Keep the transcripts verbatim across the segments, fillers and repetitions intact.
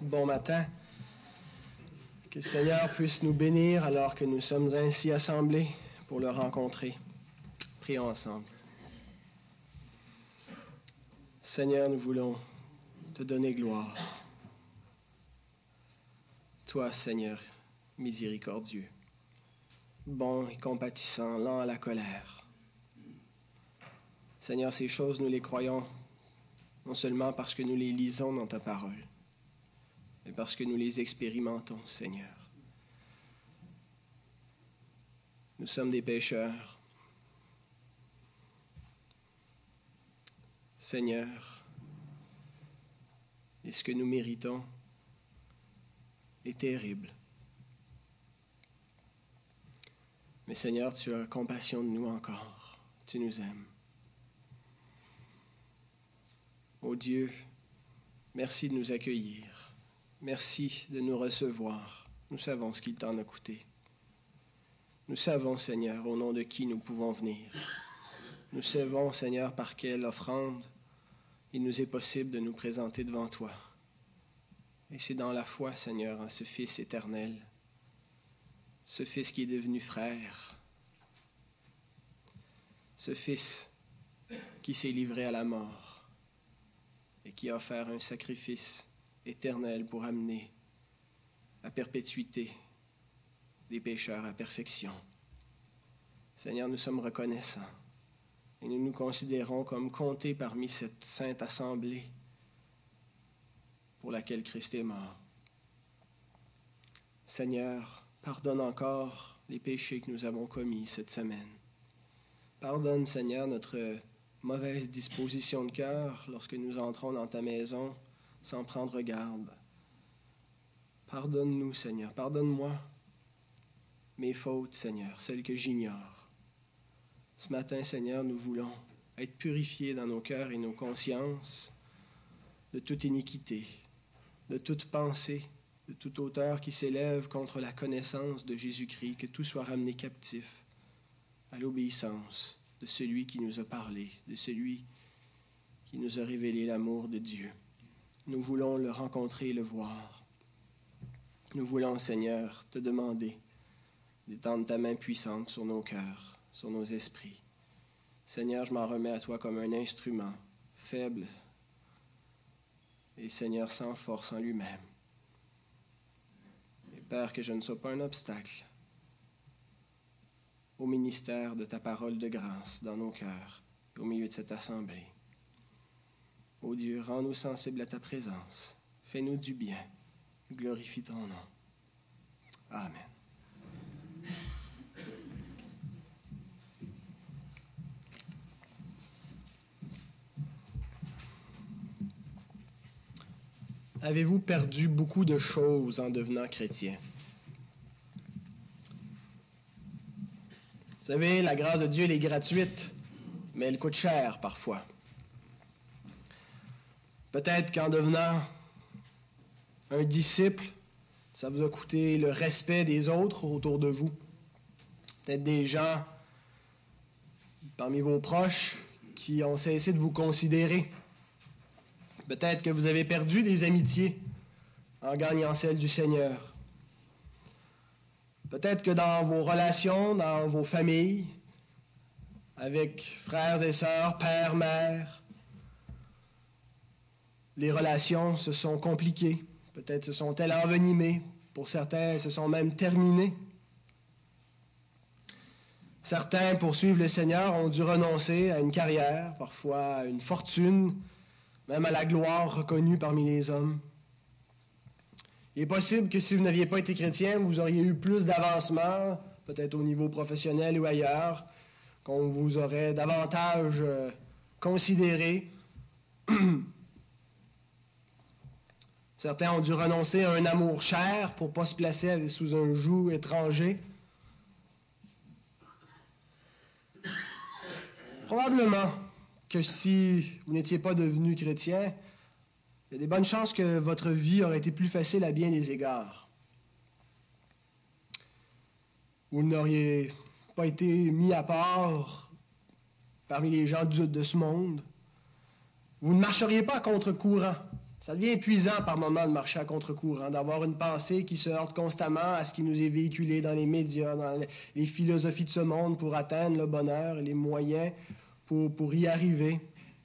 bon matin. Que le Seigneur puisse nous bénir alors que nous sommes ainsi assemblés pour le rencontrer. Prions ensemble. Seigneur, nous voulons te donner gloire. Toi, Seigneur, miséricordieux, bon et compatissant, lent à la colère. Seigneur, ces choses, nous les croyons non seulement parce que nous les lisons dans ta parole, mais parce que nous les expérimentons, Seigneur. Nous sommes des pécheurs. Seigneur, et ce que nous méritons est terrible. Mais Seigneur, tu as compassion de nous encore. Tu nous aimes. Ô Dieu, merci de nous accueillir. Merci de nous recevoir. Nous savons ce qu'il t'en a coûté. Nous savons, Seigneur, au nom de qui nous pouvons venir. Nous savons, Seigneur, par quelle offrande il nous est possible de nous présenter devant toi. Et c'est dans la foi, Seigneur, en ce Fils éternel, ce Fils qui est devenu frère, ce Fils qui s'est livré à la mort et qui a offert un sacrifice éternel pour amener à perpétuité des pécheurs à perfection. Seigneur, nous sommes reconnaissants et nous nous considérons comme comptés parmi cette sainte assemblée pour laquelle Christ est mort. Seigneur, pardonne encore les péchés que nous avons commis cette semaine. Pardonne, Seigneur, notre mauvaise disposition de cœur lorsque nous entrons dans ta maison sans prendre garde. Pardonne-nous, Seigneur. Pardonne-moi mes fautes, Seigneur, celles que j'ignore. Ce matin, Seigneur, nous voulons être purifiés dans nos cœurs et nos consciences de toute iniquité, de toute pensée, de toute hauteur qui s'élève contre la connaissance de Jésus-Christ, que tout soit ramené captif à l'obéissance de celui qui nous a parlé, de celui qui nous a révélé l'amour de Dieu. Nous voulons le rencontrer et le voir. Nous voulons, Seigneur, te demander d'étendre ta main puissante sur nos cœurs, sur nos esprits. Seigneur, je m'en remets à toi comme un instrument faible et, Seigneur, sans force en lui-même. Et Père, que je ne sois pas un obstacle au ministère de ta parole de grâce dans nos cœurs, au milieu de cette assemblée. Ô Dieu, rends-nous sensibles à ta présence. Fais-nous du bien. Glorifie ton nom. Amen. Avez-vous perdu beaucoup de choses en devenant chrétien? Vous savez, la grâce de Dieu, elle est gratuite, mais elle coûte cher parfois. Peut-être qu'en devenant un disciple, ça vous a coûté le respect des autres autour de vous. Peut-être des gens parmi vos proches qui ont cessé de vous considérer. Peut-être que vous avez perdu des amitiés en gagnant celles du Seigneur. Peut-être que dans vos relations, dans vos familles, avec frères et sœurs, père, mère, les relations se sont compliquées. Peut-être se sont-elles envenimées. Pour certains, elles se sont même terminées. Certains, pour suivre le Seigneur, ont dû renoncer à une carrière, parfois à une fortune, même à la gloire reconnue parmi les hommes. Il est possible que si vous n'aviez pas été chrétien, vous auriez eu plus d'avancement, peut-être au niveau professionnel ou ailleurs, qu'on vous aurait davantage euh, considéré. Certains ont dû renoncer à un amour cher pour ne pas se placer sous un joug étranger. Probablement que si vous n'étiez pas devenu chrétien, il y a des bonnes chances que votre vie aurait été plus facile à bien des égards. Vous n'auriez pas été mis à part parmi les gens de ce monde. Vous ne marcheriez pas contre courant Ça devient épuisant par moments de marcher à contre-courant, d'avoir une pensée qui se heurte constamment à ce qui nous est véhiculé dans les médias, dans les philosophies de ce monde pour atteindre le bonheur et les moyens pour, pour y arriver.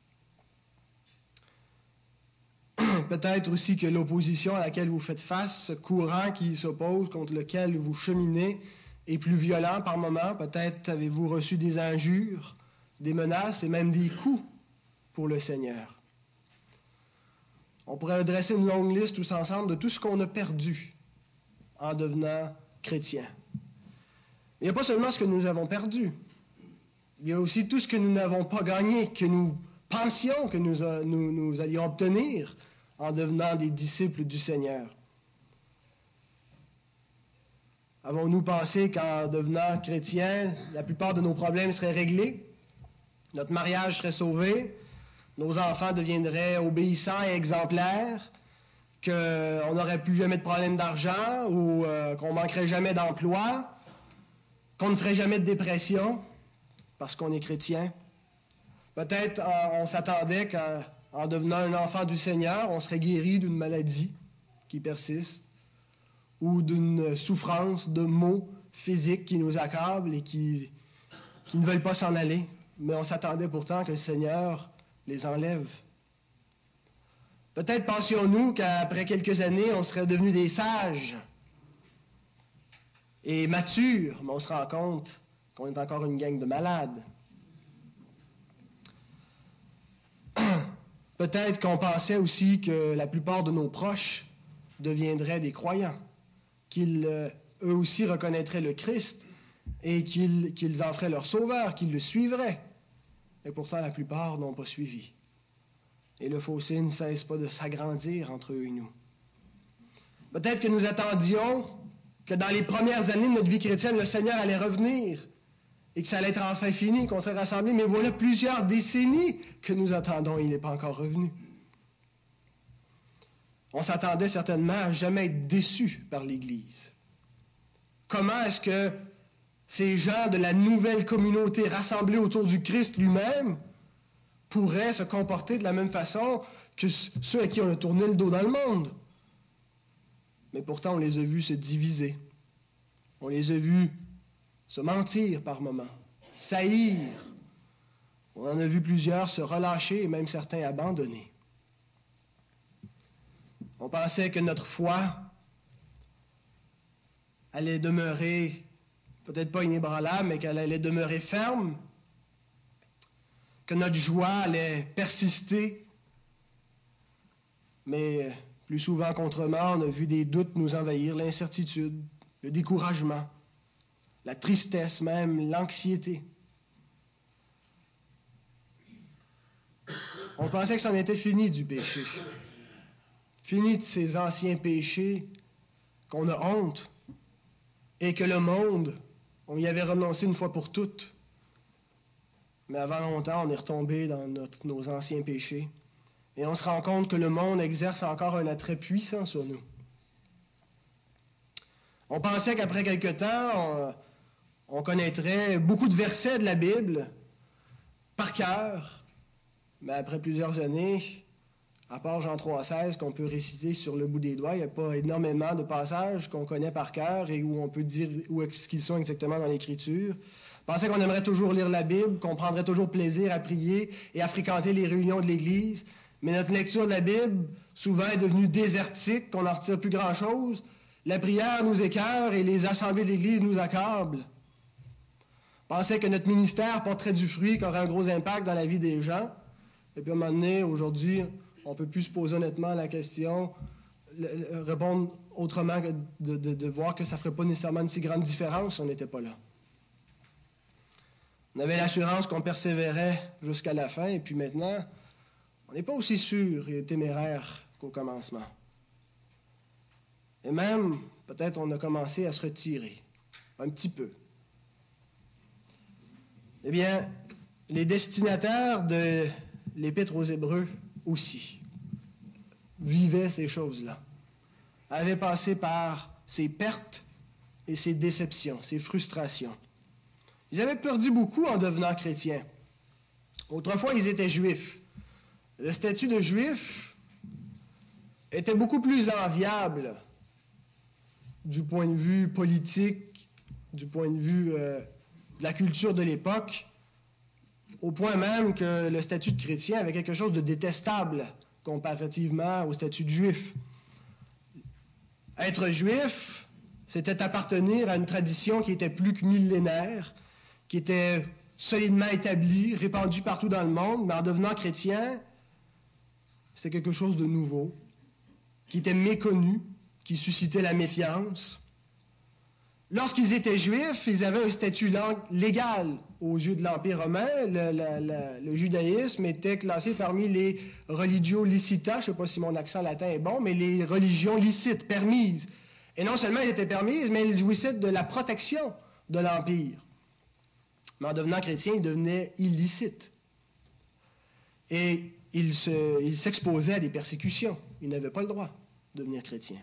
Peut-être aussi que l'opposition à laquelle vous faites face, ce courant qui s'oppose, contre lequel vous cheminez, est plus violent par moments. Peut-être avez-vous reçu des injures, des menaces et même des coups pour le Seigneur. On pourrait dresser une longue liste tous ensemble de tout ce qu'on a perdu en devenant chrétien. Il n'y a pas seulement ce que nous avons perdu. Il y a aussi tout ce que nous n'avons pas gagné, que nous pensions que nous, a, nous, nous allions obtenir en devenant des disciples du Seigneur. Avons-nous pensé qu'en devenant chrétiens, la plupart de nos problèmes seraient réglés? Notre mariage serait sauvé? Nos enfants deviendraient obéissants et exemplaires, qu'on n'aurait plus jamais de problème d'argent ou euh, qu'on manquerait jamais d'emploi, qu'on ne ferait jamais de dépression parce qu'on est chrétien. Peut-être euh, on s'attendait qu'en devenant un enfant du Seigneur, on serait guéri d'une maladie qui persiste ou d'une souffrance, de maux physiques qui nous accablent et qui, qui ne veulent pas s'en aller. Mais on s'attendait pourtant que le Seigneur les enlève. Peut-être pensions-nous qu'après quelques années, on serait devenus des sages et matures, mais on se rend compte qu'on est encore une gang de malades. Peut-être qu'on pensait aussi que la plupart de nos proches deviendraient des croyants, qu'ils, euh, eux aussi, reconnaîtraient le Christ et qu'ils, qu'ils en feraient leur sauveur, qu'ils le suivraient. Et pourtant, la plupart n'ont pas suivi. Et le fossé ne cesse pas de s'agrandir entre eux et nous. Peut-être que nous attendions que dans les premières années de notre vie chrétienne, le Seigneur allait revenir et que ça allait être enfin fini, qu'on serait rassemblés. Mais voilà plusieurs décennies que nous attendons et il n'est pas encore revenu. On s'attendait certainement à jamais être déçus par l'Église. Comment est-ce que ces gens de la nouvelle communauté rassemblés autour du Christ lui-même pourraient se comporter de la même façon que ceux à qui on a tourné le dos dans le monde? Mais pourtant, on les a vus se diviser. On les a vus se mentir par moments, saillir. On en a vu plusieurs se relâcher et même certains abandonner. On pensait que notre foi allait demeurer, peut-être pas inébranlable, mais qu'elle allait demeurer ferme, que notre joie allait persister. Mais plus souvent qu'autrement, on a vu des doutes nous envahir, l'incertitude, le découragement, la tristesse même, l'anxiété. On pensait que c'en était fini du péché. Fini de ces anciens péchés qu'on a honte et que le monde, on y avait renoncé une fois pour toutes. Mais avant longtemps, on est retombé dans notre, nos anciens péchés. Et on se rend compte que le monde exerce encore un attrait puissant sur nous. On pensait qu'après quelque temps, on, on connaîtrait beaucoup de versets de la Bible par cœur. Mais après plusieurs années, à part Jean trois seize qu'on peut réciter sur le bout des doigts, il n'y a pas énormément de passages qu'on connaît par cœur et où on peut dire où est-ce qu'ils sont exactement dans l'Écriture. On pensait qu'on aimerait toujours lire la Bible, qu'on prendrait toujours plaisir à prier et à fréquenter les réunions de l'Église. Mais notre lecture de la Bible, souvent, est devenue désertique, qu'on n'en retire plus grand-chose. La prière nous écœure et les assemblées de l'Église nous accablent. On pensait que notre ministère porterait du fruit, qu'il aurait un gros impact dans la vie des gens. Et puis à un moment donné, aujourd'hui, on peut plus se poser honnêtement la question, le, le, répondre autrement que de, de, de voir que ça ne ferait pas nécessairement une si grande différence si on n'était pas là. On avait l'assurance qu'on persévérait jusqu'à la fin, et puis maintenant, on n'est pas aussi sûr et téméraire qu'au commencement. Et même, peut-être on a commencé à se retirer, un petit peu. Eh bien, les destinataires de l'Épître aux Hébreux aussi vivaient ces choses-là, avaient passé par ces pertes et ces déceptions, ces frustrations. Ils avaient perdu beaucoup en devenant chrétiens. Autrefois, ils étaient juifs. Le statut de juif était beaucoup plus enviable du point de vue politique, du point de vue euh, de la culture de l'époque, au point même que le statut de chrétien avait quelque chose de détestable comparativement au statut de juif. Être juif, c'était appartenir à une tradition qui était plus que millénaire, qui était solidement établie, répandue partout dans le monde, mais en devenant chrétien, c'était quelque chose de nouveau, qui était méconnu, qui suscitait la méfiance. Lorsqu'ils étaient juifs, ils avaient un statut légal aux yeux de l'Empire romain. Le, le, le, le judaïsme était classé parmi les religio licita, je ne sais pas si mon accent latin est bon, mais les religions licites, permises. Et non seulement elles étaient permises, mais elles jouissaient de la protection de l'Empire. Mais en devenant chrétien, ils devenaient illicites. Et ils se, ils s'exposaient à des persécutions. Ils n'avaient pas le droit de devenir chrétiens.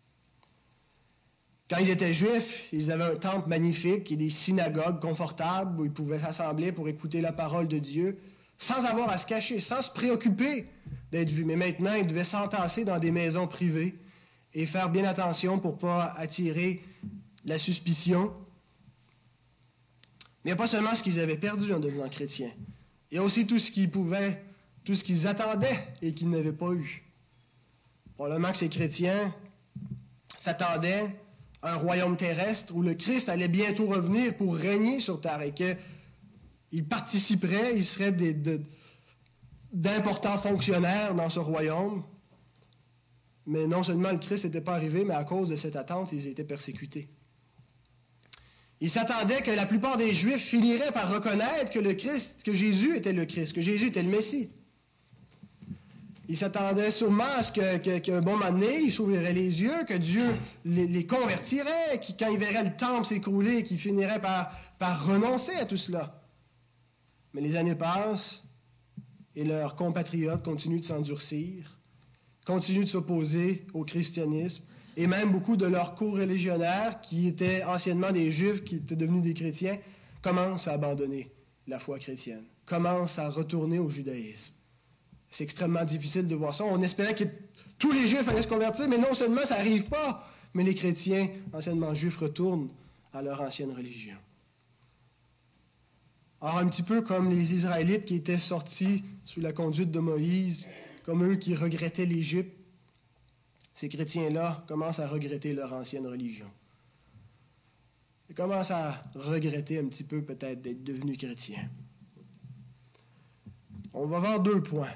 Quand ils étaient juifs, ils avaient un temple magnifique et des synagogues confortables où ils pouvaient s'assembler pour écouter la parole de Dieu, sans avoir à se cacher, sans se préoccuper d'être vus. Mais maintenant, ils devaient s'entasser dans des maisons privées et faire bien attention pour ne pas attirer la suspicion. Mais il n'y a pas seulement ce qu'ils avaient perdu en devenant chrétiens. Il y a aussi tout ce qu'ils pouvaient, tout ce qu'ils attendaient et qu'ils n'avaient pas eu. Probablement que ces chrétiens s'attendaient à un royaume terrestre où le Christ allait bientôt revenir pour régner sur terre et qu'ils participeraient, ils seraient des, de, d'importants fonctionnaires dans ce royaume. Mais non seulement le Christ n'était pas arrivé, mais à cause de cette attente, ils étaient persécutés. Ils s'attendaient que la plupart des Juifs finiraient par reconnaître que le Christ, que Jésus était le Christ, que Jésus était le Messie. Ils s'attendaient sûrement à ce que, que, qu'un bon moment donné, ils s'ouvriraient les yeux, que Dieu les, les convertirait, qu'ils, quand ils verraient le temple s'écrouler, qu'ils finiraient par, par renoncer à tout cela. Mais les années passent et leurs compatriotes continuent de s'endurcir, continuent de s'opposer au christianisme, et même beaucoup de leurs co-religionnaires, qui étaient anciennement des Juifs, qui étaient devenus des chrétiens, commencent à abandonner la foi chrétienne, commencent à retourner au judaïsme. C'est extrêmement difficile de voir ça. On espérait que tous les Juifs allaient se convertir, mais non seulement ça n'arrive pas, mais les chrétiens, anciennement juifs, retournent à leur ancienne religion. Or, un petit peu comme les Israélites qui étaient sortis sous la conduite de Moïse, comme eux qui regrettaient l'Égypte, ces chrétiens-là commencent à regretter leur ancienne religion. Ils commencent à regretter un petit peu peut-être d'être devenus chrétiens. On va voir deux points.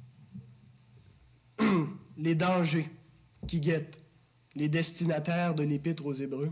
Les dangers qui guettent les destinataires de l'Épître aux Hébreux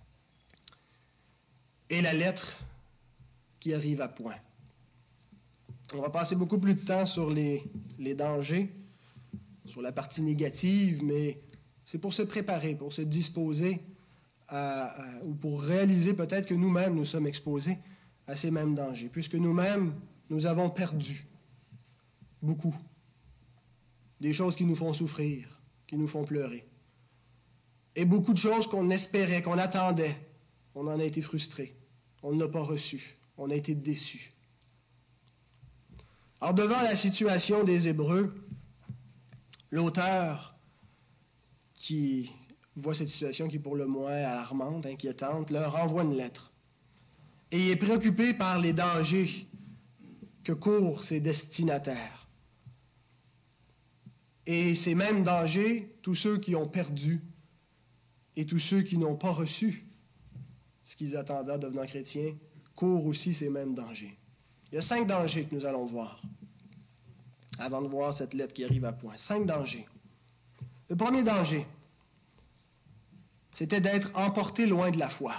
et la lettre qui arrive à point. On va passer beaucoup plus de temps sur les, les dangers, sur la partie négative, mais c'est pour se préparer, pour se disposer à, à, ou pour réaliser peut-être que nous-mêmes nous sommes exposés à ces mêmes dangers, puisque nous-mêmes, nous avons perdu beaucoup. Des choses qui nous font souffrir, qui nous font pleurer. Et beaucoup de choses qu'on espérait, qu'on attendait, on en a été frustrés. On ne l'a pas reçu. On a été déçus. Alors, devant la situation des Hébreux, l'auteur qui voit cette situation qui est pour le moins alarmante, inquiétante, leur envoie une lettre. Et il est préoccupé par les dangers que courent ses destinataires. Et ces mêmes dangers, tous ceux qui ont perdu et tous ceux qui n'ont pas reçu ce qu'ils attendaient en devenant chrétiens, courent aussi ces mêmes dangers. Il y a cinq dangers que nous allons voir avant de voir cette lettre qui arrive à point. Cinq dangers. Le premier danger, c'était d'être emporté loin de la foi.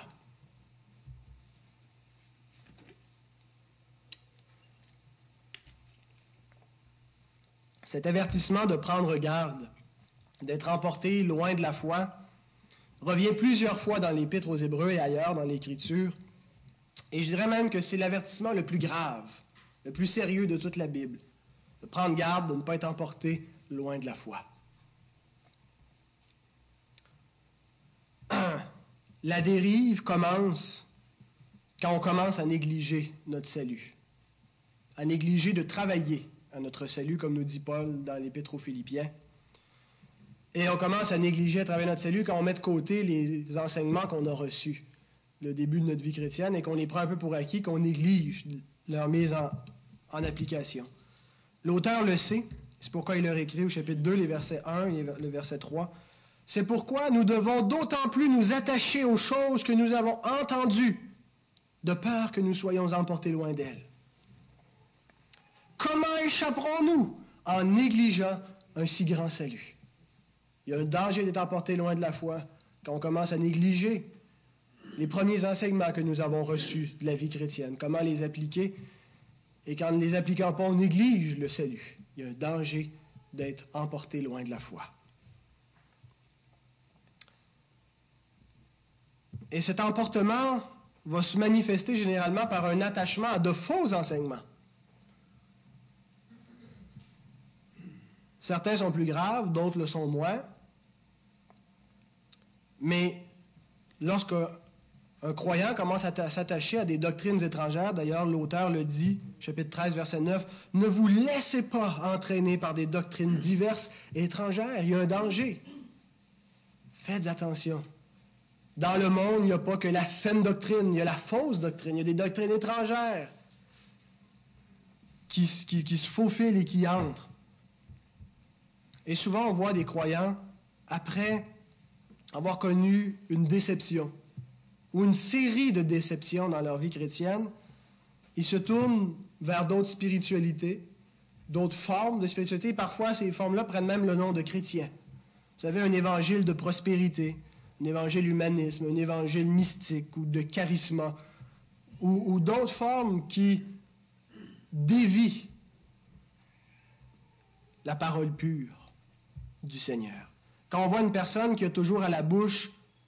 Cet avertissement de prendre garde, d'être emporté loin de la foi, revient plusieurs fois dans l'Épître aux Hébreux et ailleurs dans l'Écriture. Et je dirais même que c'est l'avertissement le plus grave, le plus sérieux de toute la Bible, de prendre garde de ne pas être emporté loin de la foi. La dérive commence quand on commence à négliger notre salut, à négliger de travailler à notre salut, comme nous dit Paul dans l'Épître aux Philippiens. Et on commence à négliger à travers notre salut quand on met de côté les enseignements qu'on a reçus, le début de notre vie chrétienne, et qu'on les prend un peu pour acquis, qu'on néglige leur mise en, en application. L'auteur le sait, c'est pourquoi il leur écrit au chapitre deux, les versets un et le verset trois. « C'est pourquoi nous devons d'autant plus nous attacher aux choses que nous avons entendues, de peur que nous soyons emportés loin d'elles. » Comment échapperons-nous en négligeant un si grand salut? Il y a un danger d'être emporté loin de la foi quand on commence à négliger les premiers enseignements que nous avons reçus de la vie chrétienne, comment les appliquer, et qu'en ne les appliquant pas, on néglige le salut. Il y a un danger d'être emporté loin de la foi. Et cet emportement va se manifester généralement par un attachement à de faux enseignements. Certains sont plus graves, d'autres le sont moins. Mais lorsqu'un croyant commence à s'attacher à des doctrines étrangères, d'ailleurs l'auteur le dit, chapitre treize, verset neuf, « Ne vous laissez pas entraîner par des doctrines diverses et étrangères, il y a un danger. » Faites attention. Dans le monde, il n'y a pas que la saine doctrine, il y a la fausse doctrine, il y a des doctrines étrangères qui, qui, qui se faufilent et qui entrent. Et souvent, on voit des croyants, après avoir connu une déception ou une série de déceptions dans leur vie chrétienne, ils se tournent vers d'autres spiritualités, d'autres formes de spiritualité. Et parfois, ces formes-là prennent même le nom de chrétiens. Vous savez, un évangile de prospérité, un évangile humanisme, un évangile mystique ou de charisme, ou, ou d'autres formes qui dévient la parole pure du Seigneur. Quand on voit une personne qui a toujours à la bouche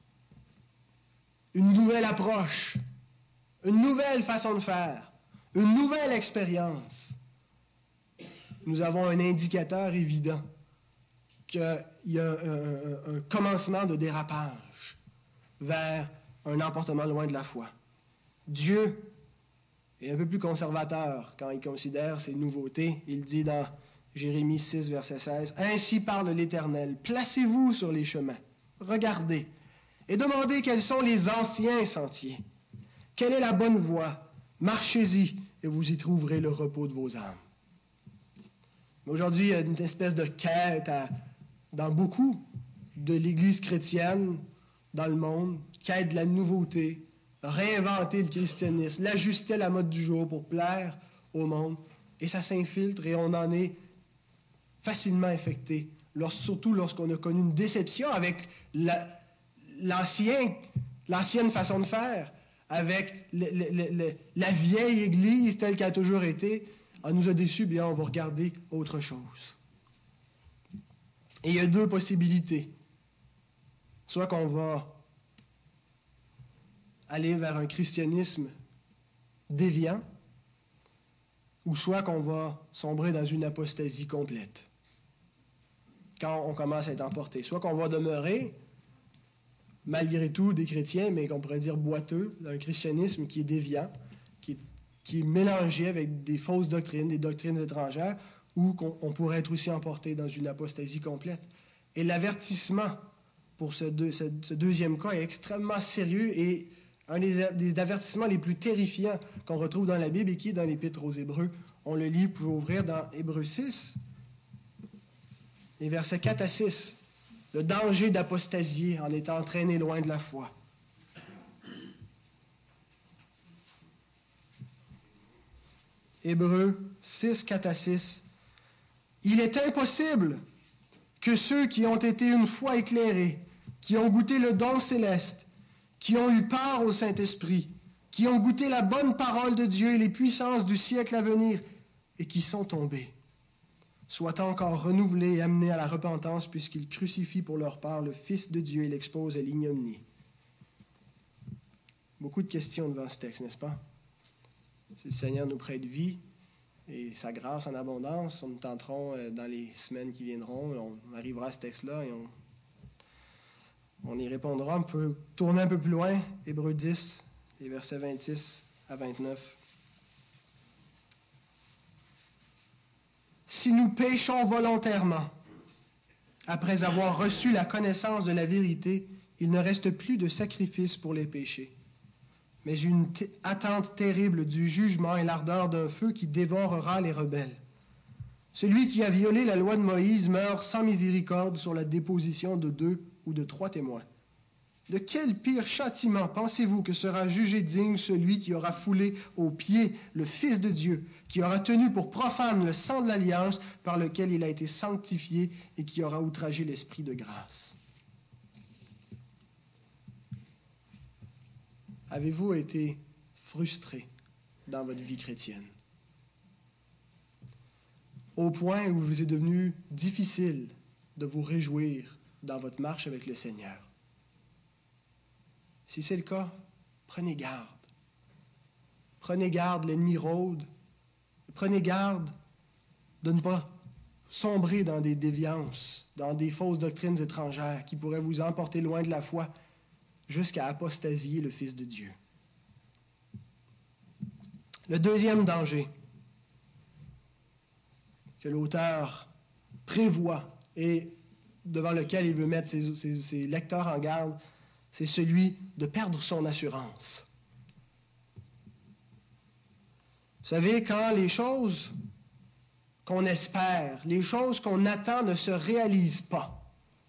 une nouvelle approche, une nouvelle façon de faire, une nouvelle expérience, nous avons un indicateur évident qu'il y a un, un, un commencement de dérapage vers un emportement loin de la foi. Dieu est un peu plus conservateur quand il considère ces nouveautés. Il dit dans Jérémie six, verset seize, « Ainsi parle l'Éternel, placez-vous sur les chemins, regardez, et demandez quels sont les anciens sentiers. Quelle est la bonne voie? Marchez-y, et vous y trouverez le repos de vos âmes. » Aujourd'hui, il y a une espèce de quête à, dans beaucoup de l'Église chrétienne dans le monde, quête de la nouveauté, réinventer le christianisme, l'ajuster à la mode du jour pour plaire au monde, et ça s'infiltre et on en est facilement infecté, lors, surtout lorsqu'on a connu une déception avec la, l'ancien, l'ancienne façon de faire, avec le, le, le, la vieille Église telle qu'elle a toujours été. Elle nous a déçus, bien on va regarder autre chose. Et il y a deux possibilités. Soit qu'on va aller vers un christianisme déviant, ou soit qu'on va sombrer dans une apostasie complète quand on commence à être emporté. Soit qu'on va demeurer, malgré tout, des chrétiens, mais qu'on pourrait dire boiteux, d'un christianisme qui est déviant, qui est, qui est mélangé avec des fausses doctrines, des doctrines étrangères, ou qu'on on pourrait être aussi emporté dans une apostasie complète. Et l'avertissement pour ce, deux, ce, ce deuxième cas est extrêmement sérieux et un des, des avertissements les plus terrifiants qu'on retrouve dans la Bible et qui est dans l'Épître aux Hébreux. On le lit, vous pouvez ouvrir dans Hébreux six, les versets quatre à six. Le danger d'apostasier en étant entraîné loin de la foi. Hébreux six, quatre à six. Il est impossible que ceux qui ont été une fois éclairés, qui ont goûté le don céleste, qui ont eu part au Saint-Esprit, qui ont goûté la bonne parole de Dieu et les puissances du siècle à venir, et qui sont tombés, soient encore renouvelés et amenés à la repentance, puisqu'ils crucifient pour leur part le Fils de Dieu et l'exposent à l'ignominie. Beaucoup de questions devant ce texte, n'est-ce pas? Si le Seigneur nous prête vie et sa grâce en abondance, on nous tenterons dans les semaines qui viendront, on arrivera à ce texte-là et on, on y répondra. On peut tourner un peu plus loin, Hébreux dix, les versets vingt-six à vingt-neuf. Si nous péchons volontairement, après avoir reçu la connaissance de la vérité, il ne reste plus de sacrifice pour les péchés, mais une t- attente terrible du jugement et l'ardeur d'un feu qui dévorera les rebelles. Celui qui a violé la loi de Moïse meurt sans miséricorde sur la déposition de deux ou de trois témoins. De quel pire châtiment pensez-vous que sera jugé digne celui qui aura foulé aux pieds le Fils de Dieu, qui aura tenu pour profane le sang de l'alliance par lequel il a été sanctifié et qui aura outragé l'Esprit de grâce? Avez-vous été frustré dans votre vie chrétienne, au point où il vous est devenu difficile de vous réjouir dans votre marche avec le Seigneur? Si c'est le cas, prenez garde. Prenez garde, l'ennemi rôde. Prenez garde de ne pas sombrer dans des déviances, dans des fausses doctrines étrangères qui pourraient vous emporter loin de la foi jusqu'à apostasier le Fils de Dieu. Le deuxième danger que l'auteur prévoit et devant lequel il veut mettre ses, ses, ses lecteurs en garde, c'est celui de perdre son assurance. Vous savez, quand les choses qu'on espère, les choses qu'on attend ne se réalisent pas,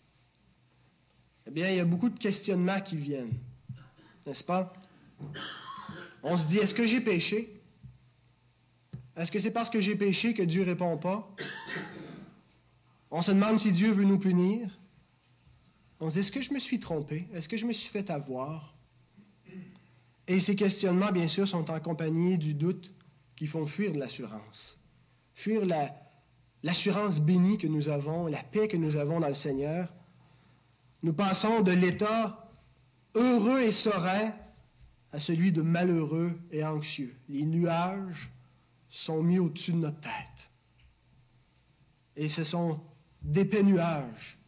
eh bien, il y a beaucoup de questionnements qui viennent, n'est-ce pas? On se dit, est-ce que j'ai péché? Est-ce que c'est parce que j'ai péché que Dieu ne répond pas? On se demande si Dieu veut nous punir. On se dit, est-ce que je me suis trompé? Est-ce que je me suis fait avoir? Et ces questionnements, bien sûr, sont accompagnés du doute qui font fuir de l'assurance. Fuir la, l'assurance bénie que nous avons, la paix que nous avons dans le Seigneur. Nous passons de l'état heureux et serein à celui de malheureux et anxieux. Les nuages sont mis au-dessus de notre tête. Et ce sont d'épais nuages.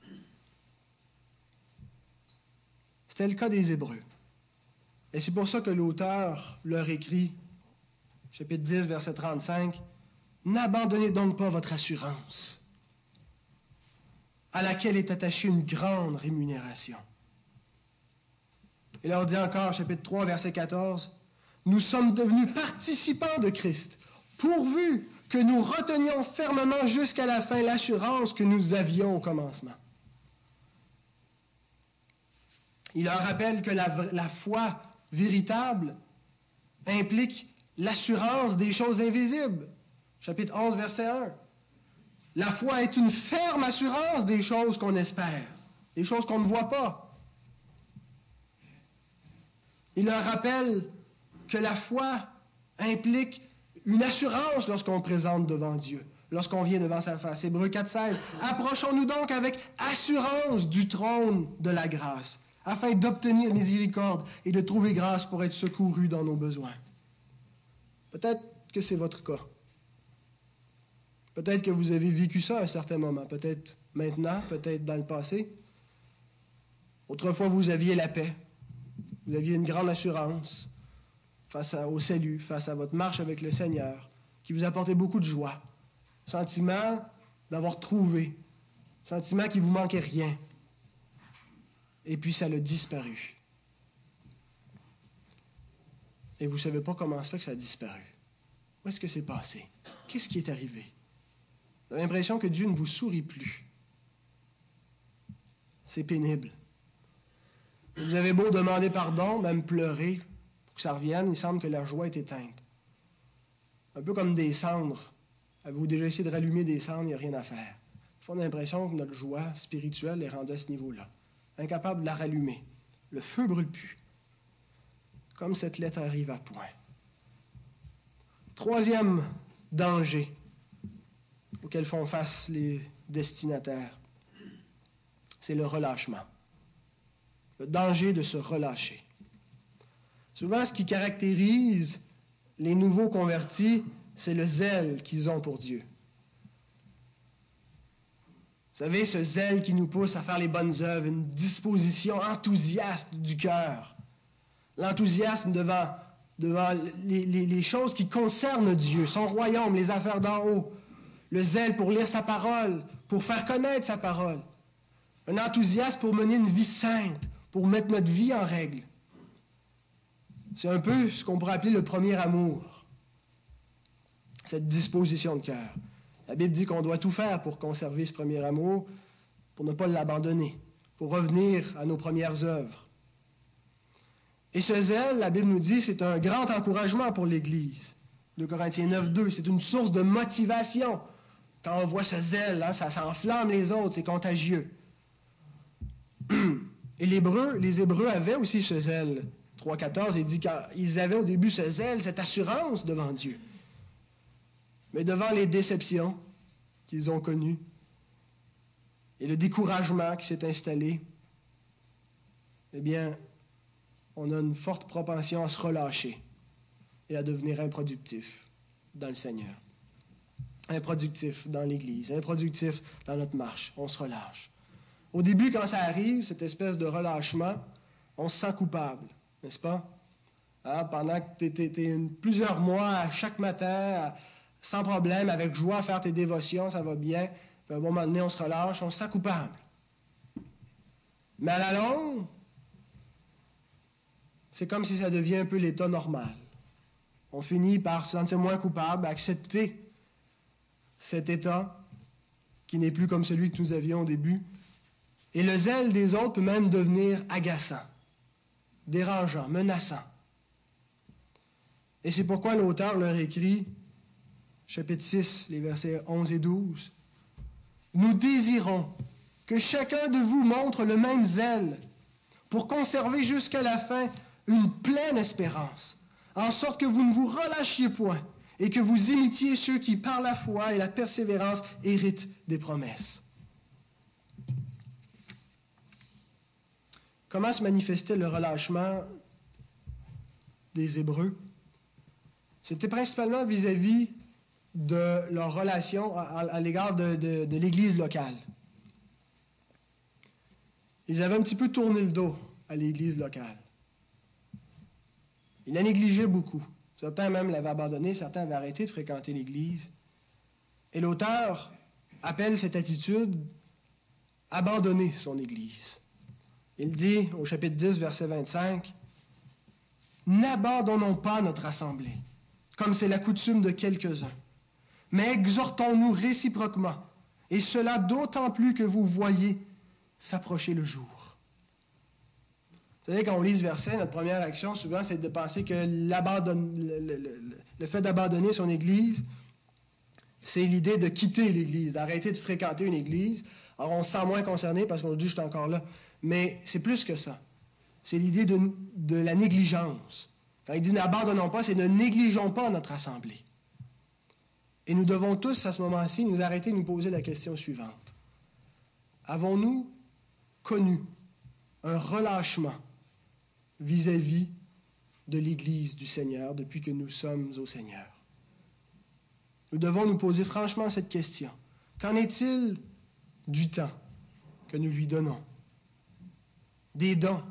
C'était le cas des Hébreux. Et c'est pour ça que l'auteur leur écrit, chapitre dix, verset trente-cinq, « N'abandonnez donc pas votre assurance, à laquelle est attachée une grande rémunération. » Il leur dit encore, chapitre trois, verset quatorze, « Nous sommes devenus participants de Christ, pourvu que nous retenions fermement jusqu'à la fin l'assurance que nous avions au commencement. » Il leur rappelle que la, la foi véritable implique l'assurance des choses invisibles. Chapitre onze, verset un. La foi est une ferme assurance des choses qu'on espère, des choses qu'on ne voit pas. Il leur rappelle que la foi implique une assurance lorsqu'on présente devant Dieu, lorsqu'on vient devant sa face. Hébreux quatre, seize. Approchons-nous donc avec assurance du trône de la grâce, afin d'obtenir miséricorde et de trouver grâce pour être secourus dans nos besoins. Peut-être que c'est votre cas. Peut-être que vous avez vécu ça à un certain moment, peut-être maintenant, peut-être dans le passé. Autrefois, vous aviez la paix, vous aviez une grande assurance face à, au salut, face à votre marche avec le Seigneur, qui vous apportait beaucoup de joie, sentiment d'avoir trouvé, sentiment qu'il ne vous manquait rien. Et puis ça a disparu. Et vous ne savez pas comment ça fait que ça a disparu. Où est-ce que c'est passé? Qu'est-ce qui est arrivé? Vous avez l'impression que Dieu ne vous sourit plus. C'est pénible. Vous avez beau demander pardon, même pleurer, pour que ça revienne, il semble que la joie est éteinte. Un peu comme des cendres. Avez-vous déjà essayé de rallumer des cendres, il n'y a rien à faire. On a l'impression que notre joie spirituelle est rendue à ce niveau-là. Incapable de la rallumer. Le feu ne brûle plus. Comme cette lettre arrive à point. Troisième danger auquel font face les destinataires, c'est le relâchement. Le danger de se relâcher. Souvent, ce qui caractérise les nouveaux convertis, c'est le zèle qu'ils ont pour Dieu. Vous savez, ce zèle qui nous pousse à faire les bonnes œuvres, une disposition enthousiaste du cœur. L'enthousiasme devant, devant les, les, les choses qui concernent Dieu, son royaume, les affaires d'en haut. Le zèle pour lire sa parole, pour faire connaître sa parole. Un enthousiasme pour mener une vie sainte, pour mettre notre vie en règle. C'est un peu ce qu'on pourrait appeler le premier amour, cette disposition de cœur. La Bible dit qu'on doit tout faire pour conserver ce premier amour, pour ne pas l'abandonner, pour revenir à nos premières œuvres. Et ce zèle, la Bible nous dit, c'est un grand encouragement pour l'Église. deux Corinthiens neuf, deux, c'est une source de motivation. Quand on voit ce zèle, hein, ça, ça enflamme les autres, c'est contagieux. Et les Hébreux, les Hébreux avaient aussi ce zèle. trois quatorze, il dit qu'ils avaient au début ce zèle, cette assurance devant Dieu. Mais devant les déceptions qu'ils ont connues et le découragement qui s'est installé, eh bien, on a une forte propension à se relâcher et à devenir improductif dans le Seigneur. Improductif dans l'Église, improductif dans notre marche. On se relâche. Au début, quand ça arrive, cette espèce de relâchement, on se sent coupable, n'est-ce pas? Hein? Pendant que tu es plusieurs mois, à chaque matin, à, sans problème, avec joie, à faire tes dévotions, ça va bien. Puis à un moment donné, on se relâche, on se sent coupable. Mais à la longue, c'est comme si ça devient un peu l'état normal. On finit par se sentir moins coupable, accepter cet état qui n'est plus comme celui que nous avions au début. Et le zèle des autres peut même devenir agaçant, dérangeant, menaçant. Et c'est pourquoi l'auteur leur écrit, chapitre six, les versets onze et douze, « Nous désirons que chacun de vous montre le même zèle pour conserver jusqu'à la fin une pleine espérance, en sorte que vous ne vous relâchiez point et que vous imitiez ceux qui, par la foi et la persévérance, héritent des promesses. » Comment se manifestait le relâchement des Hébreux? C'était principalement vis-à-vis de leur relation à, à, à l'égard de, de, de l'Église locale. Ils avaient un petit peu tourné le dos à l'Église locale. Ils la négligeaient beaucoup. Certains même l'avaient abandonné, certains avaient arrêté de fréquenter l'Église. Et l'auteur appelle cette attitude « abandonner son Église ». Il dit au chapitre dix, verset vingt-cinq, « N'abandonnons pas notre assemblée, comme c'est la coutume de quelques-uns, mais exhortons-nous réciproquement, et cela d'autant plus que vous voyez s'approcher le jour. » Vous savez, quand on lit ce verset, notre première action, souvent, c'est de penser que le, le, le, le fait d'abandonner son Église, c'est l'idée de quitter l'Église, d'arrêter de fréquenter une Église. Alors, on se sent moins concerné parce qu'on se dit « je suis encore là ». Mais c'est plus que ça. C'est l'idée de, de la négligence. Quand il dit « n'abandonnons pas », c'est « ne négligeons pas notre assemblée ». Et nous devons tous, à ce moment-ci, nous arrêter et nous poser la question suivante. Avons-nous connu un relâchement vis-à-vis de l'Église du Seigneur depuis que nous sommes au Seigneur? Nous devons nous poser franchement cette question. Qu'en est-il du temps que nous lui donnons? Des dons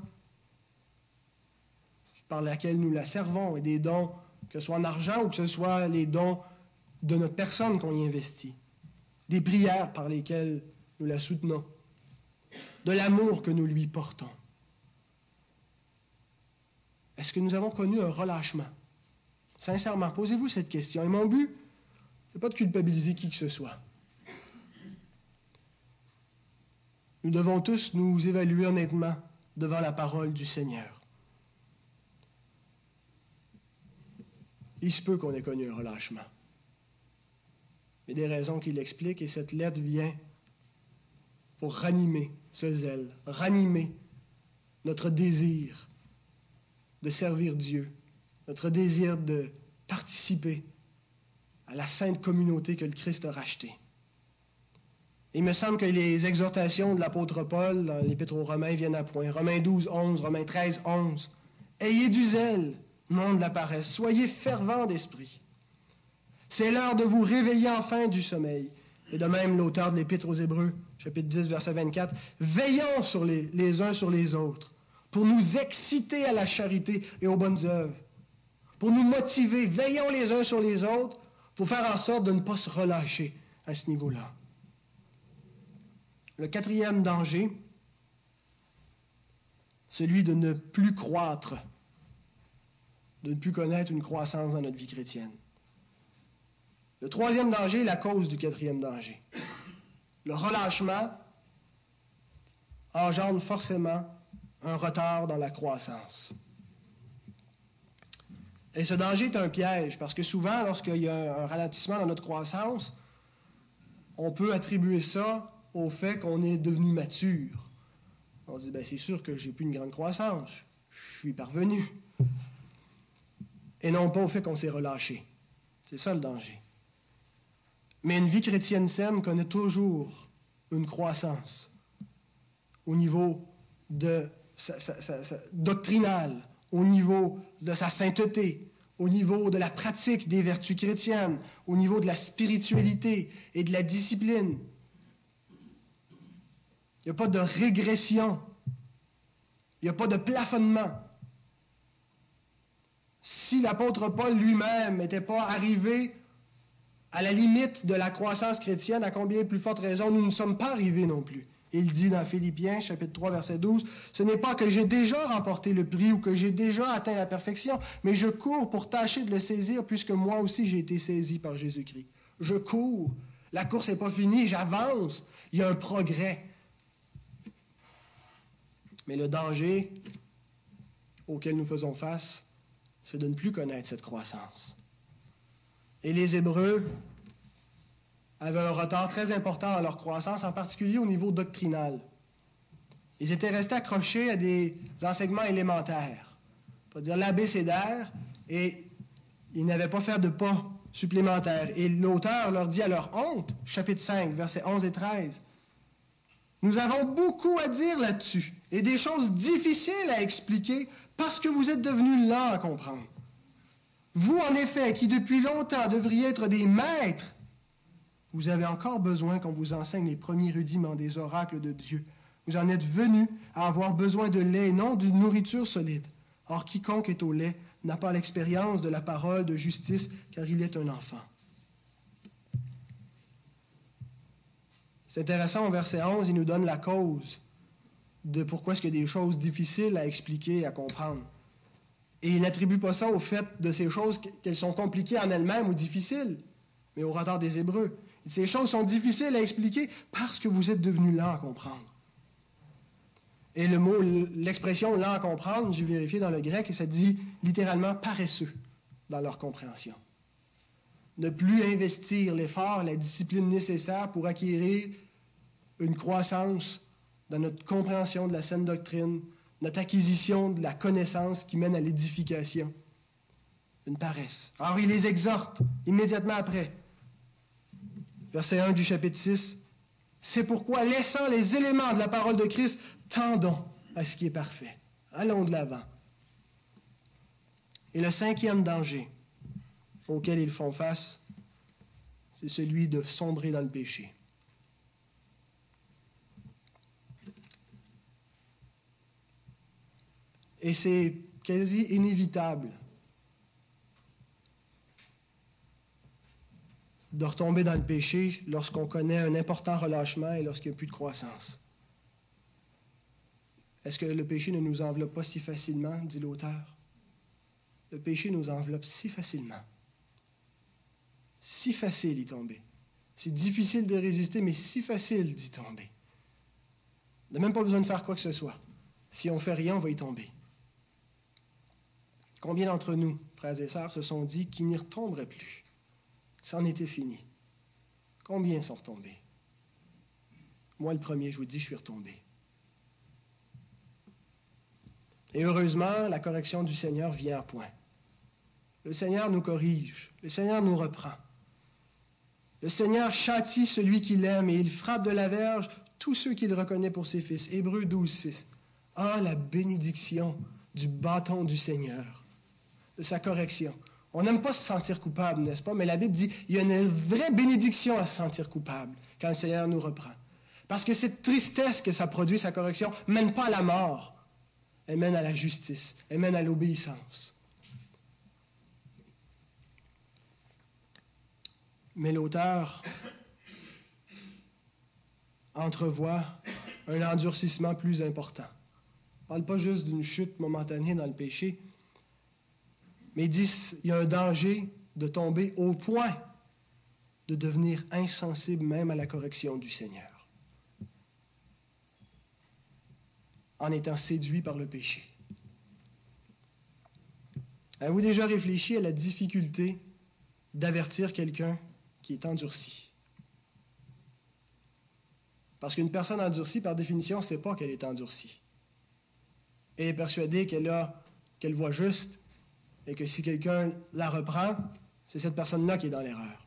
par lesquels nous la servons, et des dons, que ce soit en argent ou que ce soit les dons de notre personne qu'on y investit, des prières par lesquelles nous la soutenons, de l'amour que nous lui portons. Est-ce que nous avons connu un relâchement? Sincèrement, posez-vous cette question. Et mon but, c'est pas de culpabiliser qui que ce soit. Nous devons tous nous évaluer honnêtement devant la parole du Seigneur. Il se peut qu'on ait connu un relâchement. Il y a des raisons qui l'expliquent, et cette lettre vient pour ranimer ce zèle, ranimer notre désir de servir Dieu, notre désir de participer à la sainte communauté que le Christ a rachetée. Il me semble que les exhortations de l'apôtre Paul dans l'Épître aux Romains viennent à point. Romains douze, onze, Romains treize, onze. « Ayez du zèle, non de la paresse. Soyez fervents d'esprit. C'est l'heure de vous réveiller enfin du sommeil. » Et de même, l'auteur de l'Épître aux Hébreux, chapitre dix, verset vingt-quatre, « Veillons sur les, les uns sur les autres, pour nous exciter à la charité et aux bonnes œuvres, pour nous motiver. Veillons les uns sur les autres, pour faire en sorte de ne pas se relâcher à ce niveau-là. » Le quatrième danger, celui de ne plus croître, de ne plus connaître une croissance dans notre vie chrétienne. Le troisième danger est la cause du quatrième danger. Le relâchement engendre forcément un retard dans la croissance. Et ce danger est un piège, parce que souvent, lorsqu'il y a un ralentissement dans notre croissance, on peut attribuer ça au fait qu'on est devenu mature. On se dit, bien, c'est sûr que j'ai plus une grande croissance, je suis parvenu. Et non pas au fait qu'on s'est relâché. C'est ça le danger. Mais une vie chrétienne saine connaît toujours une croissance au niveau de sa, sa, sa, sa doctrinale, au niveau de sa sainteté, au niveau de la pratique des vertus chrétiennes, au niveau de la spiritualité et de la discipline. Il n'y a pas de régression. Il n'y a pas de plafonnement. Si l'apôtre Paul lui-même n'était pas arrivé à la limite de la croissance chrétienne, à combien plus forte raison nous ne sommes pas arrivés non plus. Il dit dans Philippiens, chapitre trois, verset douze, « Ce n'est pas que j'ai déjà remporté le prix ou que j'ai déjà atteint la perfection, mais je cours pour tâcher de le saisir, puisque moi aussi j'ai été saisi par Jésus-Christ. Je cours. La course n'est pas finie, j'avance. Il y a un progrès. » Mais le danger auquel nous faisons face, c'est de ne plus connaître cette croissance. Et les Hébreux avaient un retard très important dans leur croissance, en particulier au niveau doctrinal. Ils étaient restés accrochés à des enseignements élémentaires, on va dire l'abécédaire, et ils n'avaient pas fait de pas supplémentaires. Et l'auteur leur dit à leur honte, chapitre cinq, versets onze et treize, « Nous avons beaucoup à dire là-dessus, et des choses difficiles à expliquer, parce que vous êtes devenus lents à comprendre. Vous, en effet, qui depuis longtemps devriez être des maîtres, vous avez encore besoin qu'on vous enseigne les premiers rudiments des oracles de Dieu. Vous en êtes venus à avoir besoin de lait et non d'une nourriture solide. Or, quiconque est au lait n'a pas l'expérience de la parole de justice, car il est un enfant. » C'est intéressant, au verset onze, il nous donne la cause de pourquoi est-ce qu'il y a des choses difficiles à expliquer, à comprendre. Et il n'attribue pas ça au fait de ces choses qu'elles sont compliquées en elles-mêmes ou difficiles, mais au retard des Hébreux. Ces choses sont difficiles à expliquer parce que vous êtes devenus lents à comprendre. Et le mot, l'expression lent à comprendre, j'ai vérifié dans le grec, et ça dit littéralement paresseux dans leur compréhension. Ne plus investir l'effort, la discipline nécessaire pour acquérir une croissance dans notre compréhension de la saine doctrine, notre acquisition de la connaissance qui mène à l'édification. Une paresse. Alors il les exhorte immédiatement après. Verset un du chapitre six. « C'est pourquoi, laissant les éléments de la parole de Christ, tendons à ce qui est parfait. » Allons de l'avant. Et le cinquième danger auquel ils font face, c'est celui de sombrer dans le péché. Et c'est quasi inévitable de retomber dans le péché lorsqu'on connaît un important relâchement et lorsqu'il n'y a plus de croissance. Est-ce que le péché ne nous enveloppe pas si facilement, dit l'auteur? Le péché nous enveloppe si facilement. Si facile d'y tomber. C'est difficile de résister, mais si facile d'y tomber. On n'a même pas besoin de faire quoi que ce soit. Si on ne fait rien, on va y tomber. Combien d'entre nous, frères et sœurs, se sont dit qu'ils n'y retomberaient plus? C'en était fini. Combien sont retombés? Moi, le premier, je vous dis, je suis retombé. Et heureusement, la correction du Seigneur vient à point. Le Seigneur nous corrige. Le Seigneur nous reprend. Le Seigneur châtie celui qu'il aime et il frappe de la verge tous ceux qu'il reconnaît pour ses fils. Hébreux douze, six. Ah, la bénédiction du bâton du Seigneur, de sa correction. On n'aime pas se sentir coupable, n'est-ce pas? Mais la Bible dit qu'il y a une vraie bénédiction à se sentir coupable quand le Seigneur nous reprend. Parce que cette tristesse que ça produit, sa correction, ne mène pas à la mort. Elle mène à la justice. Elle mène à l'obéissance. Mais l'auteur entrevoit un endurcissement plus important. Il ne parle pas juste d'une chute momentanée dans le péché, mais il dit qu'il y a un danger de tomber au point de devenir insensible même à la correction du Seigneur, en étant séduit par le péché. Avez-vous déjà réfléchi à la difficulté d'avertir quelqu'un qui est endurci? Parce qu'une personne endurcie, par définition, ne sait pas qu'elle est endurcie. Elle est persuadée qu'elle a, qu'elle voit juste, et que si quelqu'un la reprend, c'est cette personne-là qui est dans l'erreur.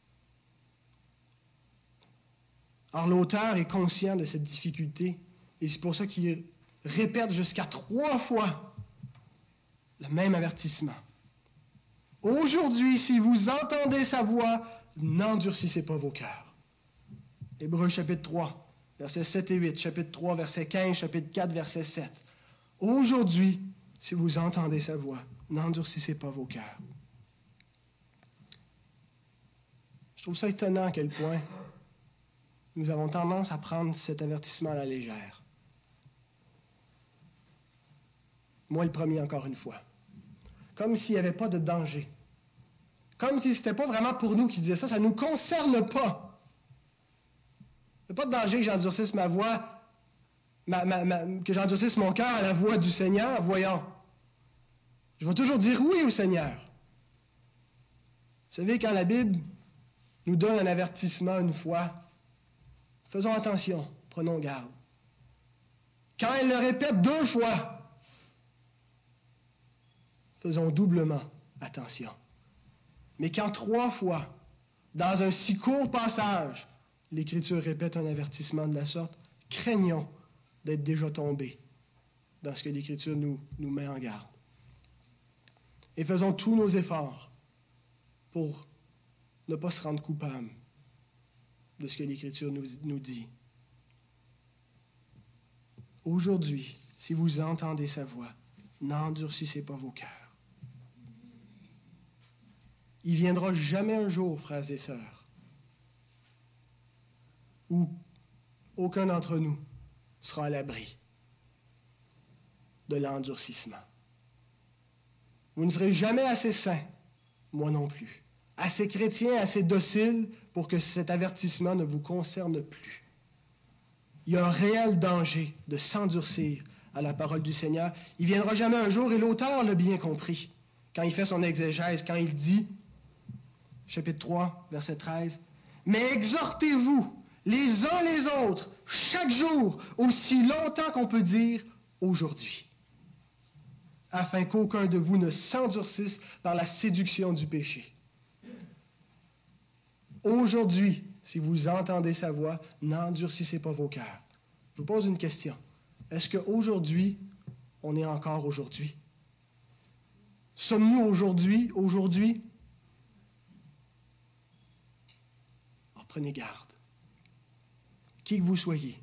Or, l'auteur est conscient de cette difficulté, et c'est pour ça qu'il répète jusqu'à trois fois le même avertissement. Aujourd'hui, si vous entendez sa voix, n'endurcissez pas vos cœurs. Hébreux chapitre trois, versets sept et huit, chapitre trois, verset quinze, chapitre quatre, verset sept. Aujourd'hui, si vous entendez sa voix, n'endurcissez pas vos cœurs. Je trouve ça étonnant à quel point nous avons tendance à prendre cet avertissement à la légère. Moi, le premier, encore une fois. Comme s'il n'y avait pas de danger. Comme si ce n'était pas vraiment pour nous qui disait ça, ça ne nous concerne pas. Il n'y a pas de danger que j'endurcisse ma voix, ma, ma, ma, que j'endurcisse mon cœur à la voix du Seigneur. Voyons. Je vais toujours dire oui au Seigneur. Vous savez, quand la Bible nous donne un avertissement une fois, faisons attention, prenons garde. Quand elle le répète deux fois, faisons doublement attention. Mais quand trois fois, dans un si court passage, l'Écriture répète un avertissement de la sorte, craignons d'être déjà tombés dans ce que l'Écriture nous, nous met en garde. Et faisons tous nos efforts pour ne pas se rendre coupables de ce que l'Écriture nous, nous dit. Aujourd'hui, si vous entendez sa voix, n'endurcissez pas vos cœurs. Il viendra jamais un jour, frères et sœurs, où aucun d'entre nous sera à l'abri de l'endurcissement. Vous ne serez jamais assez saints, moi non plus, assez chrétiens, assez dociles pour que cet avertissement ne vous concerne plus. Il y a un réel danger de s'endurcir à la parole du Seigneur. Il viendra jamais un jour, et l'auteur l'a bien compris, quand il fait son exégèse, quand il dit, chapitre trois, verset treize, « Mais exhortez-vous les uns les autres, chaque jour, aussi longtemps qu'on peut dire aujourd'hui, afin qu'aucun de vous ne s'endurcisse par la séduction du péché. » Aujourd'hui, si vous entendez sa voix, n'endurcissez pas vos cœurs. Je vous pose une question. Est-ce qu'aujourd'hui, on est encore aujourd'hui? Sommes-nous aujourd'hui, aujourd'hui? Alors, prenez garde. Qui que vous soyez.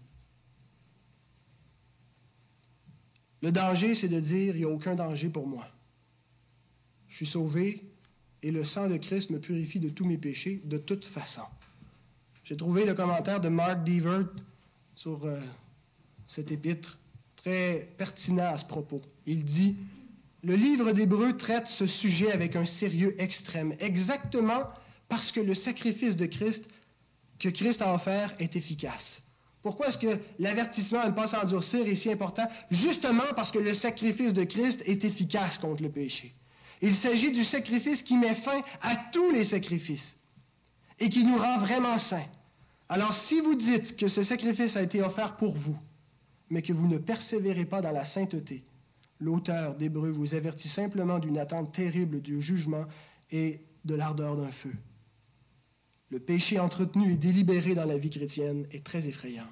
Le danger, c'est de dire, il n'y a aucun danger pour moi. Je suis sauvé et le sang de Christ me purifie de tous mes péchés, de toute façon. J'ai trouvé le commentaire de Mark Dever sur euh, cet épître très pertinent à ce propos. Il dit, « Le livre d'Hébreux traite ce sujet avec un sérieux extrême, exactement parce que le sacrifice de Christ que Christ a offert est efficace. » Pourquoi est-ce que l'avertissement à ne pas s'endurcir est si important? Justement parce que le sacrifice de Christ est efficace contre le péché. Il s'agit du sacrifice qui met fin à tous les sacrifices et qui nous rend vraiment saints. Alors, si vous dites que ce sacrifice a été offert pour vous, mais que vous ne persévérez pas dans la sainteté, l'auteur d'Hébreux vous avertit simplement d'une attente terrible du jugement et de l'ardeur d'un feu. Le péché entretenu et délibéré dans la vie chrétienne est très effrayant.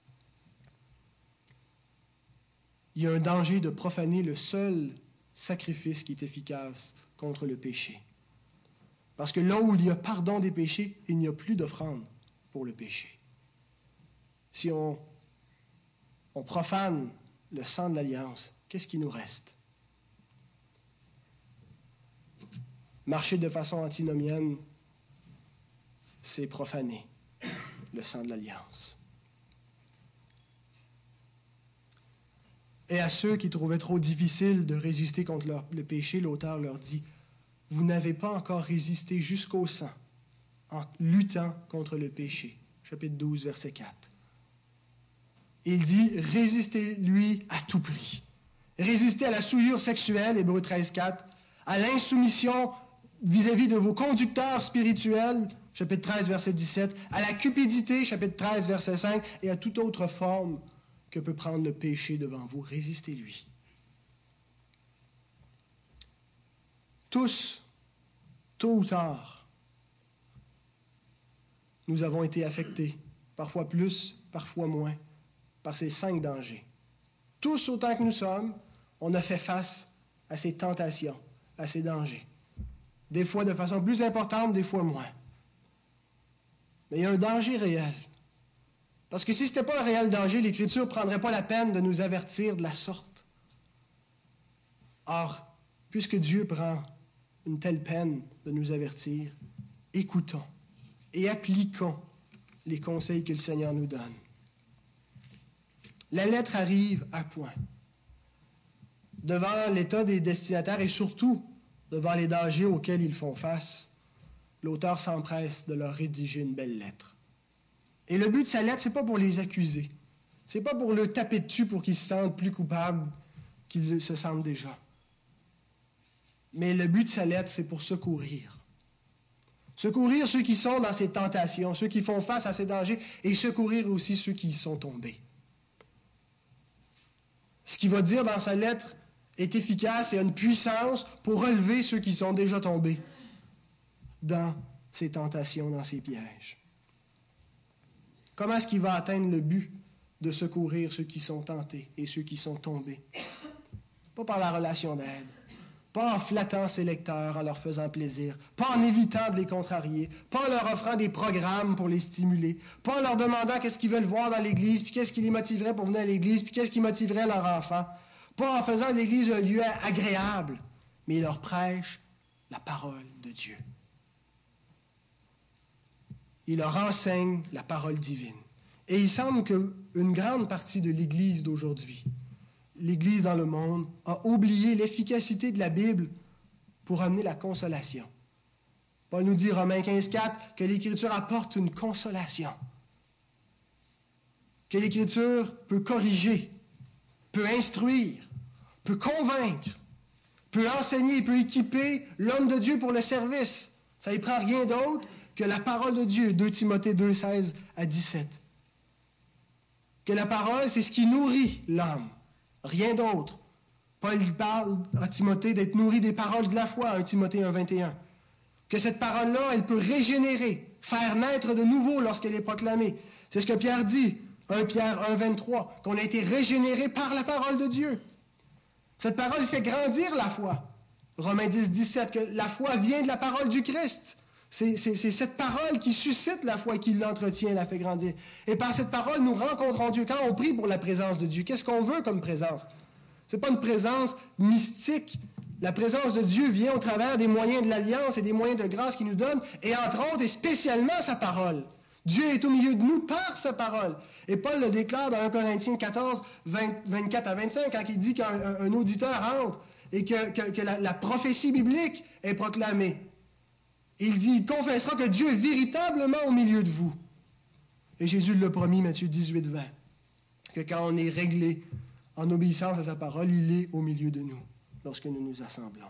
Il y a un danger de profaner le seul sacrifice qui est efficace contre le péché. Parce que là où il y a pardon des péchés, il n'y a plus d'offrande pour le péché. Si on, on profane le sang de l'Alliance, qu'est-ce qui nous reste? Marcher de façon antinomienne, c'est profaner le sang de l'Alliance. Et à ceux qui trouvaient trop difficile de résister contre leur, le péché, l'auteur leur dit, « Vous n'avez pas encore résisté jusqu'au sang en luttant contre le péché. » Chapitre douze, verset quatre. Il dit, « Résistez-lui à tout prix. » Résistez à la souillure sexuelle, Hébreux treize, quatre, à l'insoumission vis-à-vis de vos conducteurs spirituels, chapitre treize, verset dix-sept, à la cupidité, chapitre treize, verset cinq, et à toute autre forme que peut prendre le péché devant vous. Résistez-lui. Tous, tôt ou tard, nous avons été affectés, parfois plus, parfois moins, par ces cinq dangers. Tous autant que nous sommes, on a fait face à ces tentations, à ces dangers. Des fois de façon plus importante, des fois moins. Mais il y a un danger réel. Parce que si ce n'était pas un réel danger, l'Écriture ne prendrait pas la peine de nous avertir de la sorte. Or, puisque Dieu prend une telle peine de nous avertir, écoutons et appliquons les conseils que le Seigneur nous donne. La lettre arrive à point. Devant l'état des destinataires et surtout devant les dangers auxquels ils font face, l'auteur s'empresse de leur rédiger une belle lettre. Et le but de sa lettre, ce n'est pas pour les accuser. Ce n'est pas pour le taper dessus pour qu'ils se sentent plus coupables qu'ils se sentent déjà. Mais le but de sa lettre, c'est pour secourir. Secourir ceux qui sont dans ces tentations, ceux qui font face à ces dangers, et secourir aussi ceux qui y sont tombés. Ce qu'il va dire dans sa lettre est efficace et a une puissance pour relever ceux qui sont déjà tombés dans ces tentations, dans ces pièges. Comment est-ce qu'il va atteindre le but de secourir ceux qui sont tentés et ceux qui sont tombés? Pas par la relation d'aide, pas en flattant ses lecteurs, en leur faisant plaisir, pas en évitant de les contrarier, pas en leur offrant des programmes pour les stimuler, pas en leur demandant qu'est-ce qu'ils veulent voir dans l'Église, puis qu'est-ce qui les motiverait pour venir à l'Église, puis qu'est-ce qui motiverait leurs enfants, pas en faisant de l'Église un lieu agréable, mais il leur prêche la parole de Dieu. Il leur enseigne la parole divine. Et il semble qu'une grande partie de l'Église d'aujourd'hui, l'Église dans le monde, a oublié l'efficacité de la Bible pour amener la consolation. Paul nous dit, Romains quinze, quatre, que l'Écriture apporte une consolation. Que l'Écriture peut corriger, peut instruire, peut convaincre, peut enseigner, peut équiper l'homme de Dieu pour le service. Ça ne prend rien d'autre que la parole de Dieu, deux Timothée deux, seize à dix-sept. Que la parole, c'est ce qui nourrit l'homme, rien d'autre. Paul parle à Timothée d'être nourri des paroles de la foi, un Timothée un, vingt et un. Que cette parole-là, elle peut régénérer, faire naître de nouveau lorsqu'elle est proclamée. C'est ce que Pierre dit, un Pierre un, vingt-trois, qu'on a été régénéré par la parole de Dieu. Cette parole fait grandir la foi. Romains dix, dix-sept, que la foi vient de la parole du Christ. C'est, c'est, c'est cette parole qui suscite la foi, qui l'entretient, la fait grandir. Et par cette parole, nous rencontrons Dieu. Quand on prie pour la présence de Dieu, qu'est-ce qu'on veut comme présence? Ce n'est pas une présence mystique. La présence de Dieu vient au travers des moyens de l'Alliance et des moyens de grâce qu'il nous donne, et entre autres, et spécialement sa parole. Dieu est au milieu de nous par sa parole. Et Paul le déclare dans un Corinthiens quatorze, vingt, vingt-quatre à vingt-cinq, quand il dit qu'un un, un auditeur entre et que, que, que la, la prophétie biblique est proclamée. Il dit, il confessera que Dieu est véritablement au milieu de vous. Et Jésus l'a promis, Matthieu dix-huit, vingt, que quand on est réglé en obéissance à sa parole, il est au milieu de nous, lorsque nous nous assemblons.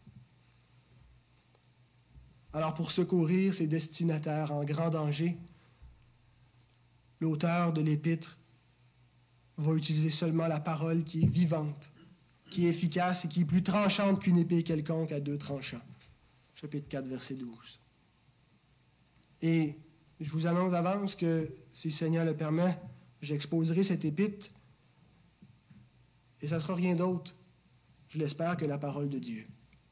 Alors, pour secourir ces destinataires en grand danger, l'auteur de l'Épître va utiliser seulement la parole qui est vivante, qui est efficace et qui est plus tranchante qu'une épée quelconque à deux tranchants. Chapitre quatre, verset douze. Et je vous annonce d'avance que, si le Seigneur le permet, j'exposerai cette épître, et ça ne sera rien d'autre, je l'espère, que la parole de Dieu.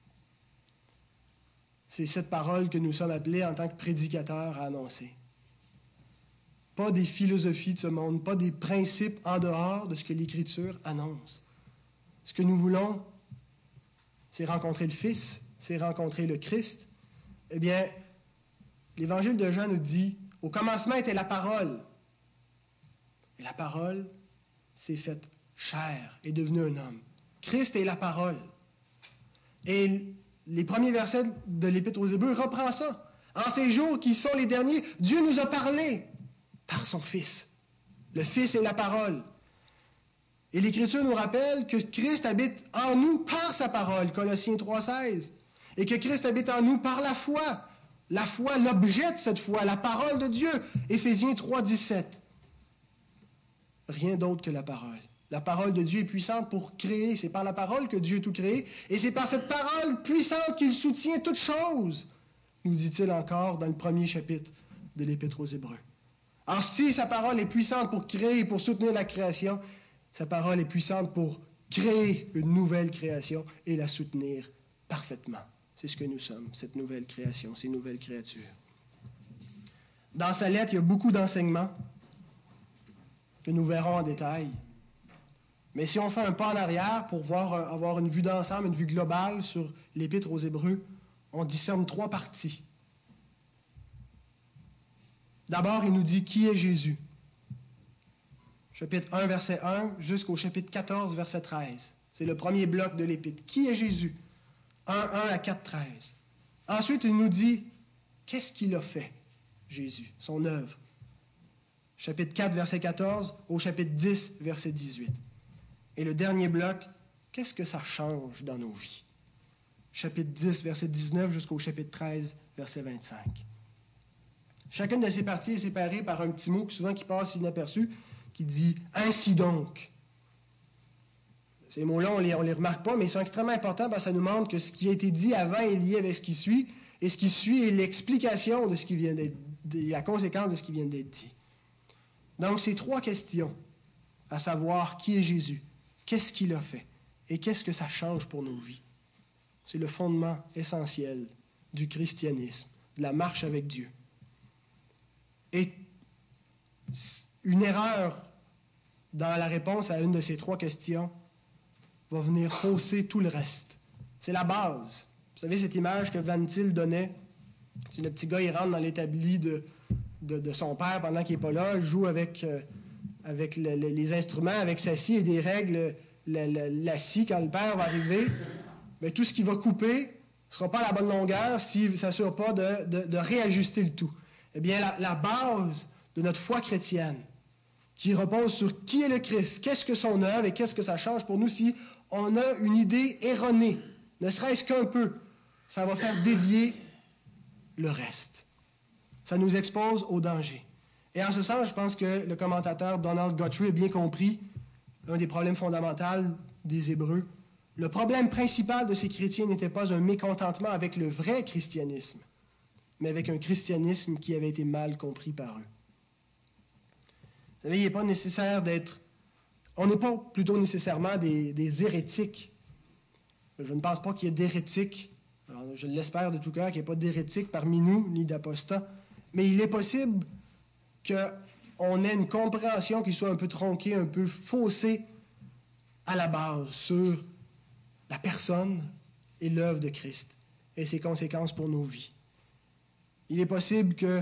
C'est cette parole que nous sommes appelés en tant que prédicateurs à annoncer. Pas des philosophies de ce monde, pas des principes en dehors de ce que l'Écriture annonce. Ce que nous voulons, c'est rencontrer le Fils, c'est rencontrer le Christ. Eh bien, l'Évangile de Jean nous dit, au commencement était la parole. Et la parole s'est faite chair, est devenu un homme. Christ est la parole. Et les premiers versets de l'Épître aux Hébreux reprend ça. En ces jours qui sont les derniers, Dieu nous a parlé par son Fils. Le Fils est la parole. Et l'Écriture nous rappelle que Christ habite en nous par sa parole, Colossiens trois seize. Et que Christ habite en nous par la foi. La foi, l'objet de cette foi, la parole de Dieu, Éphésiens trois dix-sept. Rien d'autre que la parole. La parole de Dieu est puissante pour créer. C'est par la parole que Dieu a tout créé. Et c'est par cette parole puissante qu'il soutient toutes choses, nous dit-il encore dans le premier chapitre de l'Épître aux Hébreux. Alors si sa parole est puissante pour créer et pour soutenir la création, sa parole est puissante pour créer une nouvelle création et la soutenir parfaitement. C'est ce que nous sommes, cette nouvelle création, ces nouvelles créatures. Dans sa lettre, il y a beaucoup d'enseignements que nous verrons en détail. Mais si on fait un pas en arrière pour voir, avoir une vue d'ensemble, une vue globale sur l'Épître aux Hébreux, on discerne trois parties. D'abord, il nous dit qui est Jésus. Chapitre un, verset un, jusqu'au chapitre quatorze, verset treize. C'est le premier bloc de l'Épître. Qui est Jésus? un, un à quatre, treize. Ensuite, il nous dit qu'est-ce qu'il a fait, Jésus, son œuvre. Chapitre quatre, verset quatorze, au chapitre dix, verset dix-huit. Et le dernier bloc, qu'est-ce que ça change dans nos vies? Chapitre dix, verset dix-neuf, jusqu'au chapitre treize, verset vingt-cinq. Chacune de ces parties est séparée par un petit mot souvent qui passe inaperçu, qui dit « ainsi donc ». Ces mots-là, on ne les, on les remarque pas, mais ils sont extrêmement importants parce que ça nous montre que ce qui a été dit avant est lié avec ce qui suit, et ce qui suit est l'explication de ce qui vient d'être, de la conséquence de ce qui vient d'être dit. Donc, ces trois questions, à savoir qui est Jésus, qu'est-ce qu'il a fait, et qu'est-ce que ça change pour nos vies. C'est le fondement essentiel du christianisme, de la marche avec Dieu. Et une erreur dans la réponse à une de ces trois questions va venir fausser tout le reste. C'est la base. Vous savez, cette image que Van Til donnait, c'est le petit gars, il rentre dans l'établi de, de, de son père pendant qu'il n'est pas là, il joue avec, euh, avec le, le, les instruments, avec sa scie et des règles, la, la, la scie, quand le père va arriver, bien, tout ce qu'il va couper ne sera pas à la bonne longueur s'il ne s'assure pas de, de, de réajuster le tout. Eh bien, la, la base de notre foi chrétienne, qui repose sur qui est le Christ, qu'est-ce que son œuvre et qu'est-ce que ça change pour nous si on a une idée erronée, ne serait-ce qu'un peu, ça va faire dévier le reste. Ça nous expose au danger. Et en ce sens, je pense que le commentateur Donald Guthrie a bien compris un des problèmes fondamentaux des Hébreux. Le problème principal de ces chrétiens n'était pas un mécontentement avec le vrai christianisme, mais avec un christianisme qui avait été mal compris par eux. Vous savez, il n'est pas nécessaire d'être... On n'est pas plutôt nécessairement des, des hérétiques. Je ne pense pas qu'il y ait d'hérétiques. Alors, je l'espère de tout cœur qu'il n'y ait pas d'hérétiques parmi nous, ni d'apostats. Mais il est possible qu'on ait une compréhension qui soit un peu tronquée, un peu faussée à la base sur la personne et l'œuvre de Christ et ses conséquences pour nos vies. Il est possible que,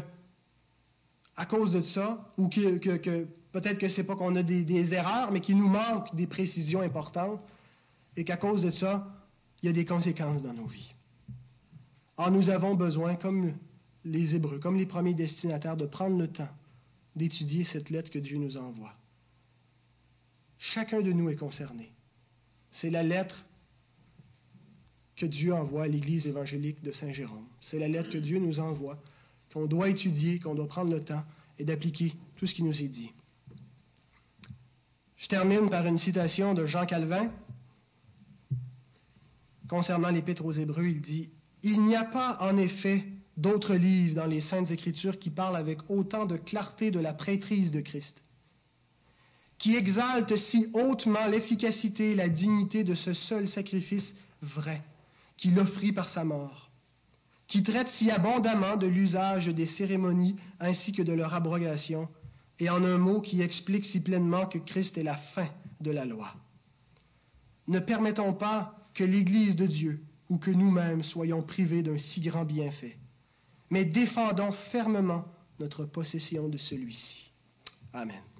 à cause de ça, ou que, que, que peut-être que c'est pas qu'on a des, des erreurs, mais qu'il nous manque des précisions importantes, et qu'à cause de ça, il y a des conséquences dans nos vies. Or, nous avons besoin, comme les Hébreux, comme les premiers destinataires, de prendre le temps d'étudier cette lettre que Dieu nous envoie. Chacun de nous est concerné. C'est la lettre que Dieu envoie à l'Église évangélique de Saint-Jérôme. C'est la lettre que Dieu nous envoie, qu'on doit étudier, qu'on doit prendre le temps et d'appliquer tout ce qui nous est dit. Je termine par une citation de Jean Calvin. Concernant l'Épître aux Hébreux, il dit « Il n'y a pas, en effet, d'autres livres dans les Saintes Écritures qui parlent avec autant de clarté de la prêtrise de Christ, qui exalte si hautement l'efficacité et la dignité de ce seul sacrifice vrai, qu'il offrit par sa mort, qui traite si abondamment de l'usage des cérémonies ainsi que de leur abrogation, et en un mot qui explique si pleinement que Christ est la fin de la loi. Ne permettons pas que l'Église de Dieu ou que nous-mêmes soyons privés d'un si grand bienfait, mais défendons fermement notre possession de celui-ci. Amen.